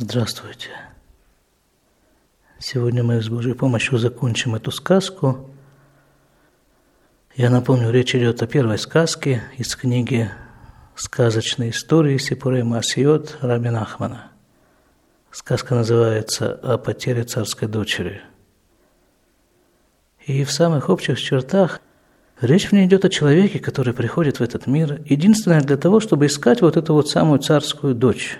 Здравствуйте. Сегодня мы с Божьей помощью закончим эту сказку. Я напомню, речь идет о первой сказке из книги «Сказочные истории Сипурей Маасиот» Раби Нахмана. Сказка называется «О потере царской дочери». И в самых общих чертах речь в ней идет о человеке, который приходит в этот мир, единственное для того, чтобы искать вот эту вот самую царскую дочь.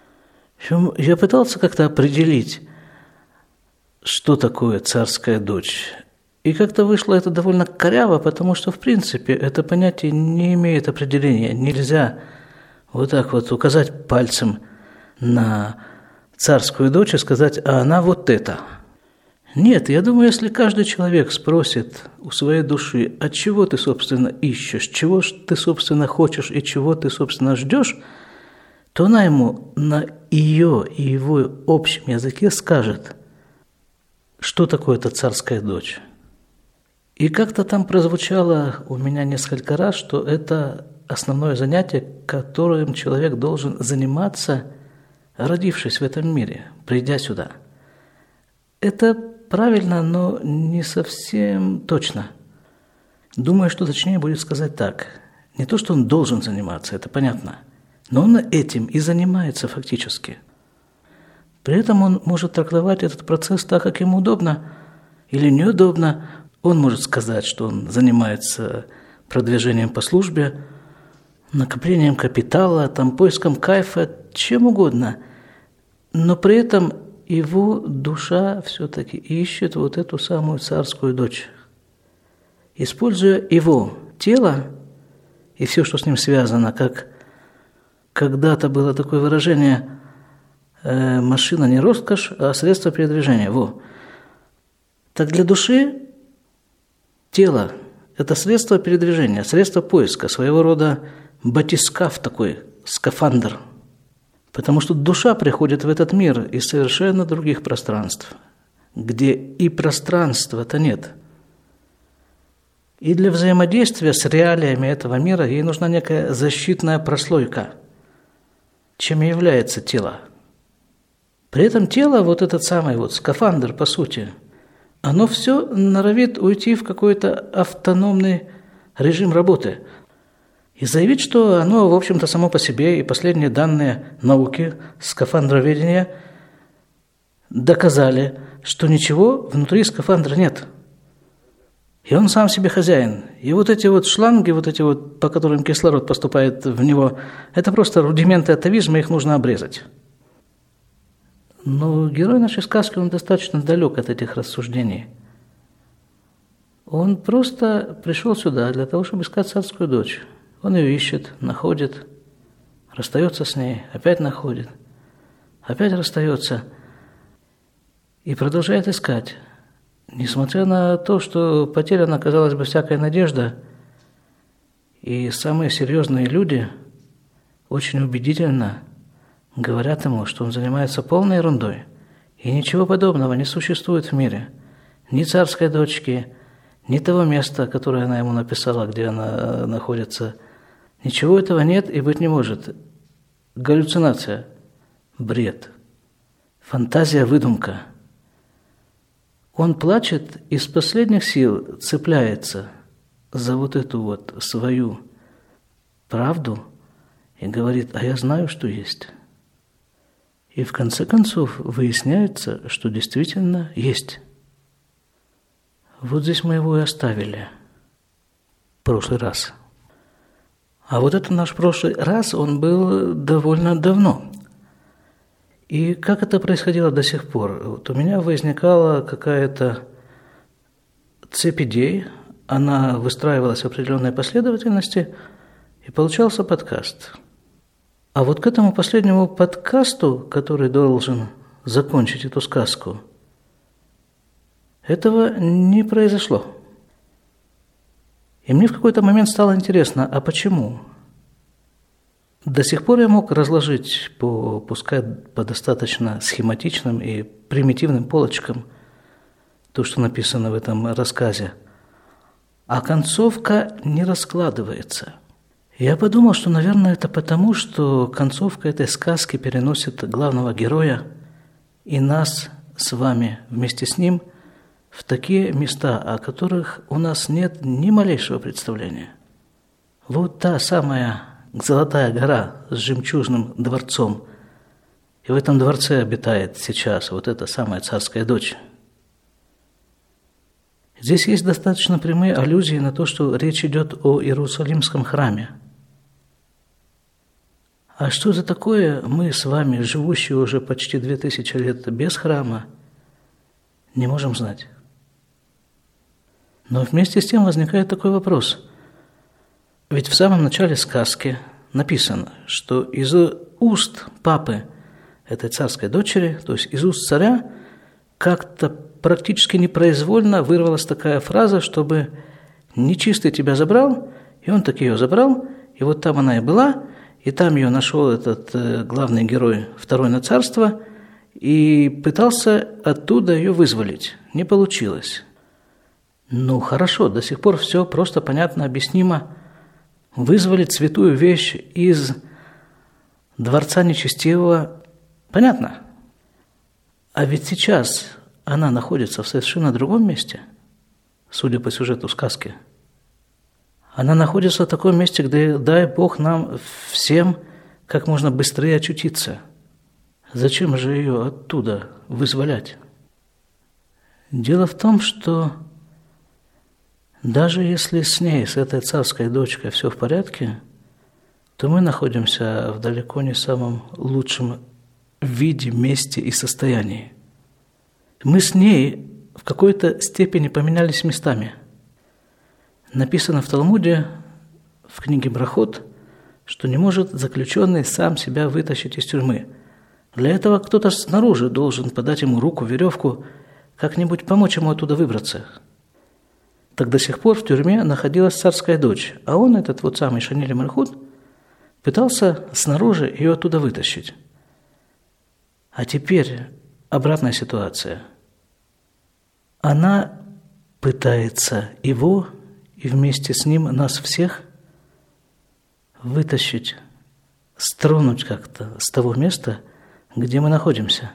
Я пытался как-то определить, что такое царская дочь. И как-то вышло это довольно коряво, потому что, в принципе, это понятие не имеет определения. Нельзя вот так вот указать пальцем на царскую дочь и сказать, а она вот это. Нет, я думаю, если каждый человек спросит у своей души, а чего ты, собственно, ищешь, чего ты, собственно, хочешь и чего ты, собственно, ждешь, то она ему на ее и его общем языке скажет, что такое эта царская дочь. И как-то там прозвучало у меня несколько раз, что это основное занятие, которым человек должен заниматься, родившись в этом мире, придя сюда. Это правильно, но не совсем точно. Думаю, что точнее будет сказать так. Не то, что он должен заниматься, это понятно, но он этим и занимается фактически. При этом он может трактовать этот процесс так, как ему удобно или неудобно. Он может сказать, что он занимается продвижением по службе, накоплением капитала, поиском кайфа, чем угодно. Но при этом его душа все-таки ищет вот эту самую царскую дочь. Используя его тело и все, что с ним связано, как когда-то было такое выражение «машина не роскошь, а средство передвижения». Так для души тело – это средство передвижения, средство поиска, своего рода батискаф такой, скафандр. Потому что душа приходит в этот мир из совершенно других пространств, где и пространства-то нет. И для взаимодействия с реалиями этого мира ей нужна некая защитная прослойка, чем и является тело. При этом тело, вот этот самый скафандр, по сути, оно все норовит уйти в какой-то автономный режим работы и заявить, что оно, в общем-то, само по себе, и последние данные науки скафандроведения доказали, что ничего внутри скафандра нет. И он сам себе хозяин. И вот эти вот шланги, по которым кислород поступает в него, это просто рудименты атовизма, их нужно обрезать. Но герой нашей сказки, он достаточно далек от этих рассуждений. Он просто пришел сюда для того, чтобы искать царскую дочь. Он ее ищет, находит, расстается с ней, опять находит, опять расстается и продолжает искать. Несмотря на то, что потеряна, казалось бы, всякая надежда, и самые серьезные люди очень убедительно говорят ему, что он занимается полной ерундой, и ничего подобного не существует в мире. Ни царской дочки, ни того места, которое она ему написала, где она находится. Ничего этого нет и быть не может. Галлюцинация, бред, фантазия, выдумка. Он плачет из последних сил, цепляется за вот эту свою правду и говорит, а я знаю, что есть. И в конце концов выясняется, что действительно есть. Вот здесь мы его и оставили в прошлый раз. А вот это наш прошлый раз, он был довольно давно. И как это происходило до сих пор? У меня возникала какая-то цепь идей, она выстраивалась в определенной последовательности, и получался подкаст. А вот к этому последнему подкасту, который должен закончить эту сказку, этого не произошло. И мне в какой-то момент стало интересно, а почему? До сих пор я мог разложить, пускай по достаточно схематичным и примитивным полочкам то, что написано в этом рассказе. А концовка не раскладывается. Я подумал, что, наверное, это потому, что концовка этой сказки переносит главного героя и нас с вами вместе с ним в такие места, о которых у нас нет ни малейшего представления. Вот та самая Золотая гора с жемчужным дворцом. И в этом дворце обитает сейчас вот эта самая царская дочь. Здесь есть достаточно прямые аллюзии на то, что речь идет о Иерусалимском храме. А что за такое мы с вами, живущие уже почти 2000 лет без храма, не можем знать? Но вместе с тем возникает такой вопрос. Ведь в самом начале сказки написано, что из уст папы этой царской дочери, то есть из уст царя, как-то практически непроизвольно вырвалась такая фраза, чтобы нечистый тебя забрал, и он таки ее забрал, и вот там она и была, и там ее нашел этот главный герой второй на царство, и пытался оттуда ее вызволить. Не получилось. Ну хорошо, до сих пор все просто понятно, объяснимо. Вызволить святую вещь из дворца нечестивого, понятно. А ведь сейчас она находится в совершенно другом месте, судя по сюжету сказки. Она находится в таком месте, где, дай Бог нам всем как можно быстрее очутиться. Зачем же ее оттуда вызволять? Дело в том, что даже если с ней, с этой царской дочкой все в порядке, то мы находимся в далеко не самом лучшем виде, месте и состоянии. Мы с ней в какой-то степени поменялись местами. Написано в Талмуде, в книге Брахот, что не может заключенный сам себя вытащить из тюрьмы. Для этого кто-то снаружи должен подать ему руку, веревку, как-нибудь помочь ему оттуда выбраться. Так до сих пор в тюрьме находилась царская дочь, а он, этот вот самый Шаниль Мальхут, пытался снаружи ее оттуда вытащить. А теперь обратная ситуация. Она пытается его и вместе с ним нас всех вытащить, стронуть как-то с того места, где мы находимся.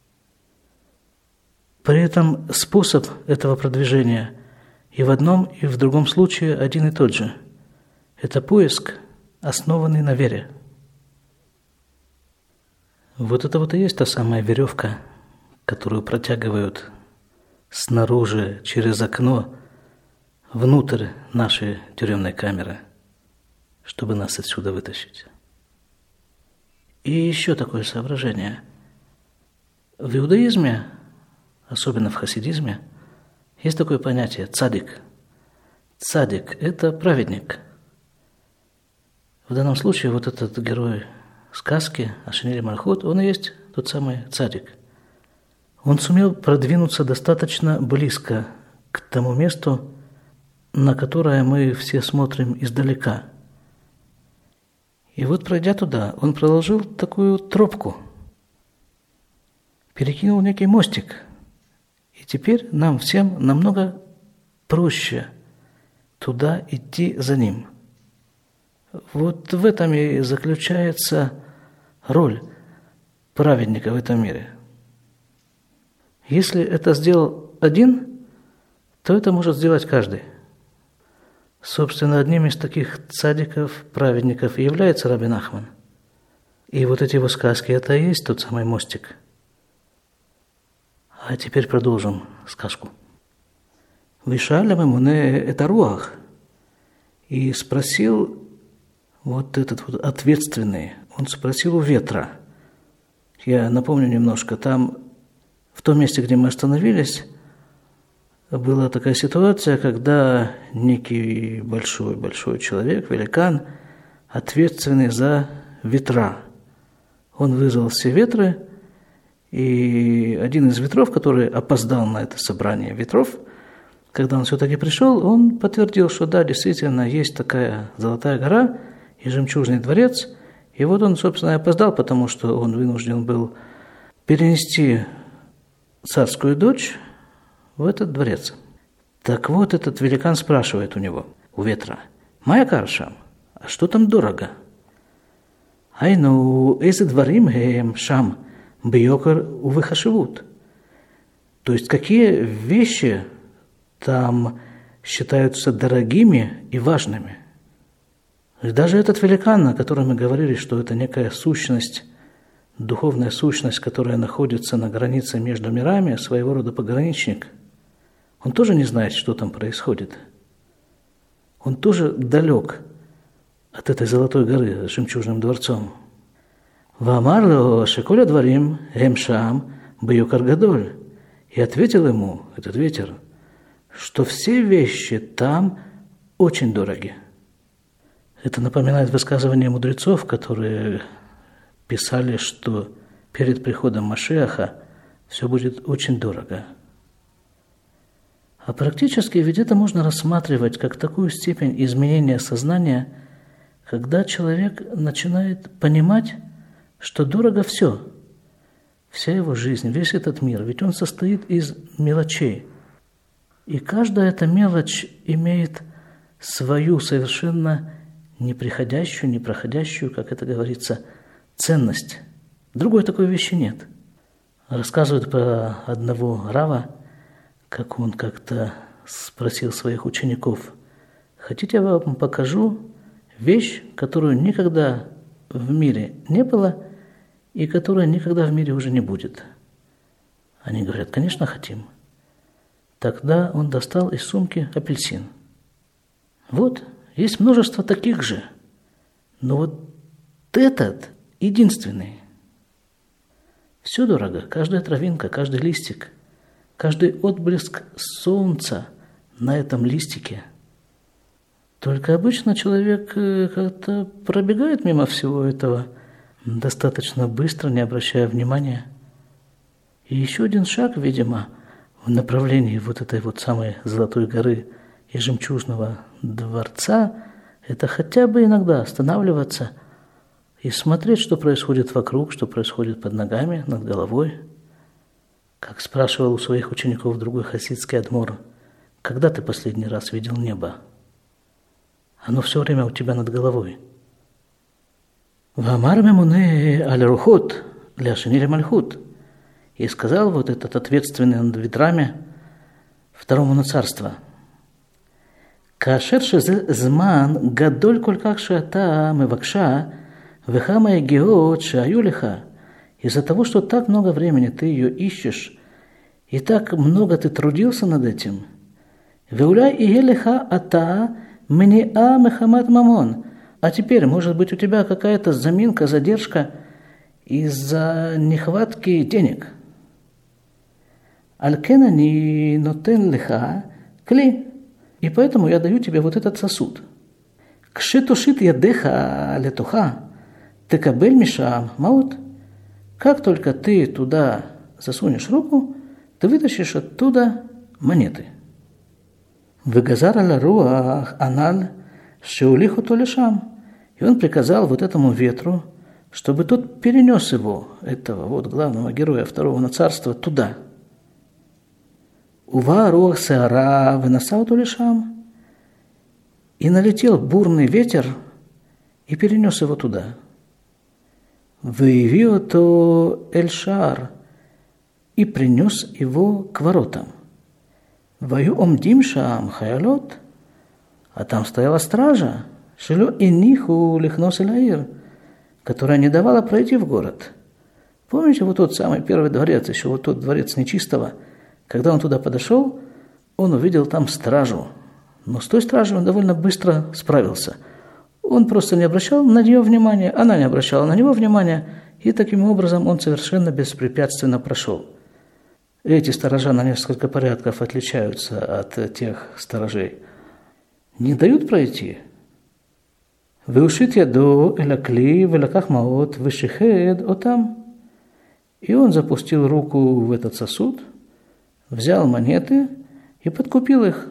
При этом способ этого продвижения и в одном, и в другом случае один и тот же. Это поиск, основанный на вере. Вот это вот и есть та самая веревка, которую протягивают снаружи через окно внутрь нашей тюремной камеры, чтобы нас отсюда вытащить. И еще такое соображение. В иудаизме, особенно в хасидизме, есть такое понятие цадик. Цадик – это праведник. В данном случае вот этот герой сказки Ашиниль Мальхут, он и есть тот самый цадик. Он сумел продвинуться достаточно близко к тому месту, на которое мы все смотрим издалека. И вот, пройдя туда, он проложил такую тропку, перекинул некий мостик. И теперь нам всем намного проще туда идти за ним. Вот в этом и заключается роль праведника в этом мире. Если это сделал один, то это может сделать каждый. Собственно, одним из таких цадиков, праведников и является Раби Нахман. И вот эти его сказки – это и есть тот самый мостик. А теперь продолжим сказку. Вишаля мемуне это руах. И спросил вот этот вот ответственный, он спросил у ветра. Я напомню немножко, там, в том месте, где мы остановились, была такая ситуация, когда некий большой человек, великан, ответственный за ветра. Он вызвал все ветры, и один из ветров, который опоздал на это собрание ветров, когда он все-таки пришел, он подтвердил, что да, действительно, есть такая Золотая гора и жемчужный дворец. И вот он, собственно, опоздал, потому что он вынужден был перенести царскую дочь в этот дворец. Так вот, этот великан спрашивает у него, у ветра, «Моя карша, А что там дорого? Айну, эйзе дварим хэм шам бьёкар увыхашивут. То есть, какие вещи там считаются дорогими и важными. И даже этот великан, о котором мы говорили, что это некая сущность, духовная сущность, которая находится на границе между мирами, своего рода пограничник, он тоже не знает, что там происходит. Он тоже далек от этой Золотой горы с жемчужным дворцом. «Ваамарло шеколя дварим эм шам бьёкар гадоль». И ответил ему этот ветер, что все вещи там очень дороги. Это напоминает высказывание мудрецов, которые писали, что перед приходом Машиаха все будет очень дорого. А практически ведь это можно рассматривать как такую степень изменения сознания, когда человек начинает понимать, что дорого все. Вся его жизнь, весь этот мир, ведь он состоит из мелочей. И каждая эта мелочь имеет свою совершенно неприходящую, непроходящую, как это говорится, ценность. Другой такой вещи нет. Рассказывают про одного рава, как он как-то спросил своих учеников: «Хотите, я вам покажу вещь, которую никогда в мире не было и которая никогда в мире уже не будет?» Они говорят: «Конечно, хотим». Тогда он достал из сумки апельсин. Вот, есть множество таких же, но вот этот единственный. Все дорого, каждая травинка, каждый листик, каждый отблеск солнца на этом листике. Только обычно человек как-то пробегает мимо всего этого достаточно быстро, не обращая внимания. И еще один шаг, видимо, в направлении вот этой вот самой Золотой горы и жемчужного дворца, это хотя бы иногда останавливаться и смотреть, что происходит вокруг, что происходит под ногами, над головой. Как спрашивал у своих учеников другой хасидский адмор: «Когда ты последний раз видел небо? Оно все время у тебя над головой». «Ваамар мемуне аль рухот ля шиниле мальхут». И сказал вот этот ответственный над ветрами второму на царство: «Каашер шезе зман гадоль коль как шеата мевакша вехама егеот шеаю леха». Из-за того, что так много времени ты ее ищешь, и так много ты трудился над этим, «Веуляй и елеха ата мениа мехамат мамон». А теперь, может быть, у тебя какая-то заминка, задержка из-за нехватки денег. «Алькена ни нотен леха кли». И поэтому я даю тебе вот этот сосуд. «Кшетушит ядеха летуха текабель мишам маут». Как только ты туда засунешь руку, ты вытащишь оттуда монеты. «Вегазар аля руах аналь шеулиху толешам». И он приказал вот этому ветру, чтобы тот перенес его, этого вот главного героя второго на царство, туда. «Ува руах сеара выносал толешам». И налетел бурный ветер и перенес его туда. «Выявил то эль-шаар» и принес его к воротам. «Ваю омдим шаам хаялот», а там стояла стража, шелю и ниху лихнос элаир, которая не давала пройти в город. Помните вот тот самый первый дворец, еще вот тот дворец нечистого? Когда он туда подошел, он увидел там стражу. Но с той стражей он довольно быстро справился. Он просто не обращал на нее внимания, она не обращала на него внимания, и таким образом он совершенно беспрепятственно прошел. Эти сторожа на несколько порядков отличаются от тех сторожей. Не дают пройти. «Веушит ядо элакли велаках маот вешихед отам». И он запустил руку в этот сосуд, взял монеты и подкупил их.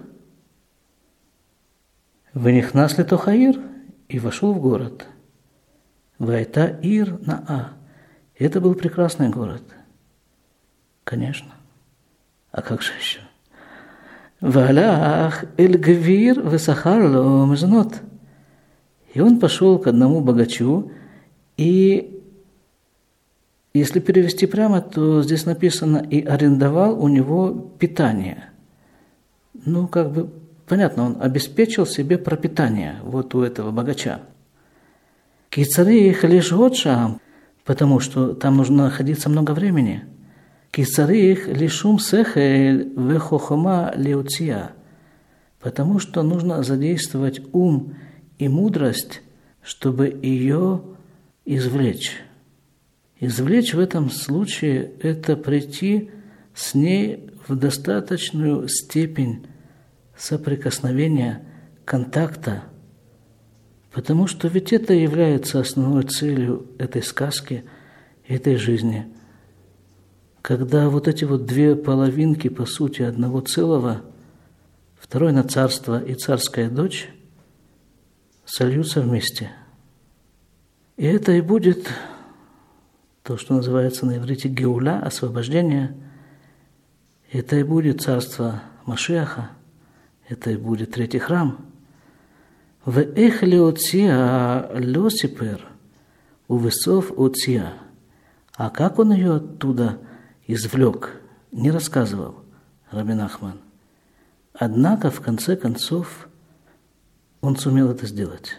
«Венихнас летохаир» и вошел в город. «Вайта ир наа». Это был прекрасный город. Конечно. А как же еще? «Валях эль гвир весахарло мезнот». И он пошел к одному богачу, и если перевести прямо, то здесь написано «и арендовал у него питание». Ну, как бы, понятно, он обеспечил себе пропитание вот у этого богача. «Кицарих лишь годшам», потому что там нужно находиться много времени. «Кицарих лишум сехель вехохома леуция», потому что нужно задействовать ум и мудрость, чтобы ее извлечь. Извлечь в этом случае – это прийти с ней в достаточную степень соприкосновения, контакта, потому что ведь это является основной целью этой сказки, этой жизни. Когда вот эти вот две половинки, по сути, одного целого, второе на царство и царская дочь, сольются вместе. И это и будет то, что называется на иврите геуля, освобождение. Это и будет царство Машиаха, это и будет третий храм. В эх леоция лосипер, у весов оция. А как он ее оттуда извлек, не рассказывал Раби Нахман. Однако, в конце концов, он сумел это сделать.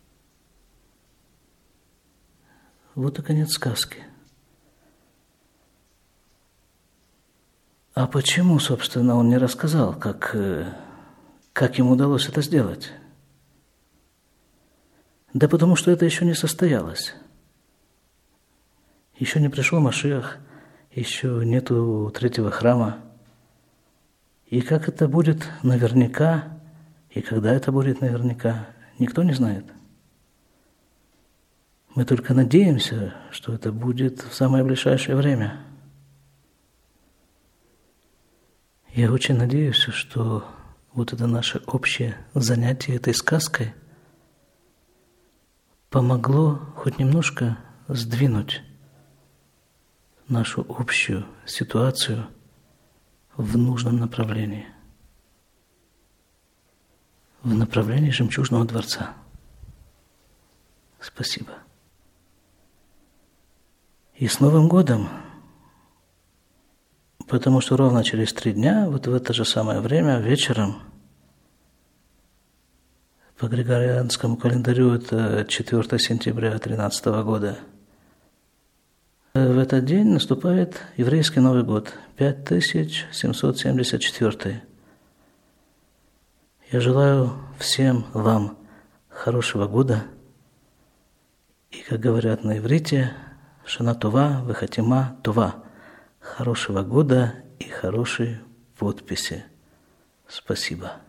Вот и конец сказки. А почему, собственно, он не рассказал, как ему удалось это сделать? Да потому что это еще не состоялось. Еще не пришел Машиах, еще нету третьего храма. И как это будет наверняка, и когда это будет наверняка, никто не знает. Мы только надеемся, что это будет в самое ближайшее время. Я очень надеюсь, что вот это наше общее занятие этой сказкой помогло хоть немножко сдвинуть нашу общую ситуацию в нужном направлении. В направлении Жемчужного дворца. Спасибо. И с Новым годом! Потому что ровно через 3 дня, вот в это же самое время, вечером, по григорианскому календарю это 4 сентября 2013 года, в этот день наступает еврейский Новый год, 5774. Я желаю всем вам хорошего года. И, как говорят на иврите, шана това, вехатима това. Хорошего года и хорошей подписи. Спасибо.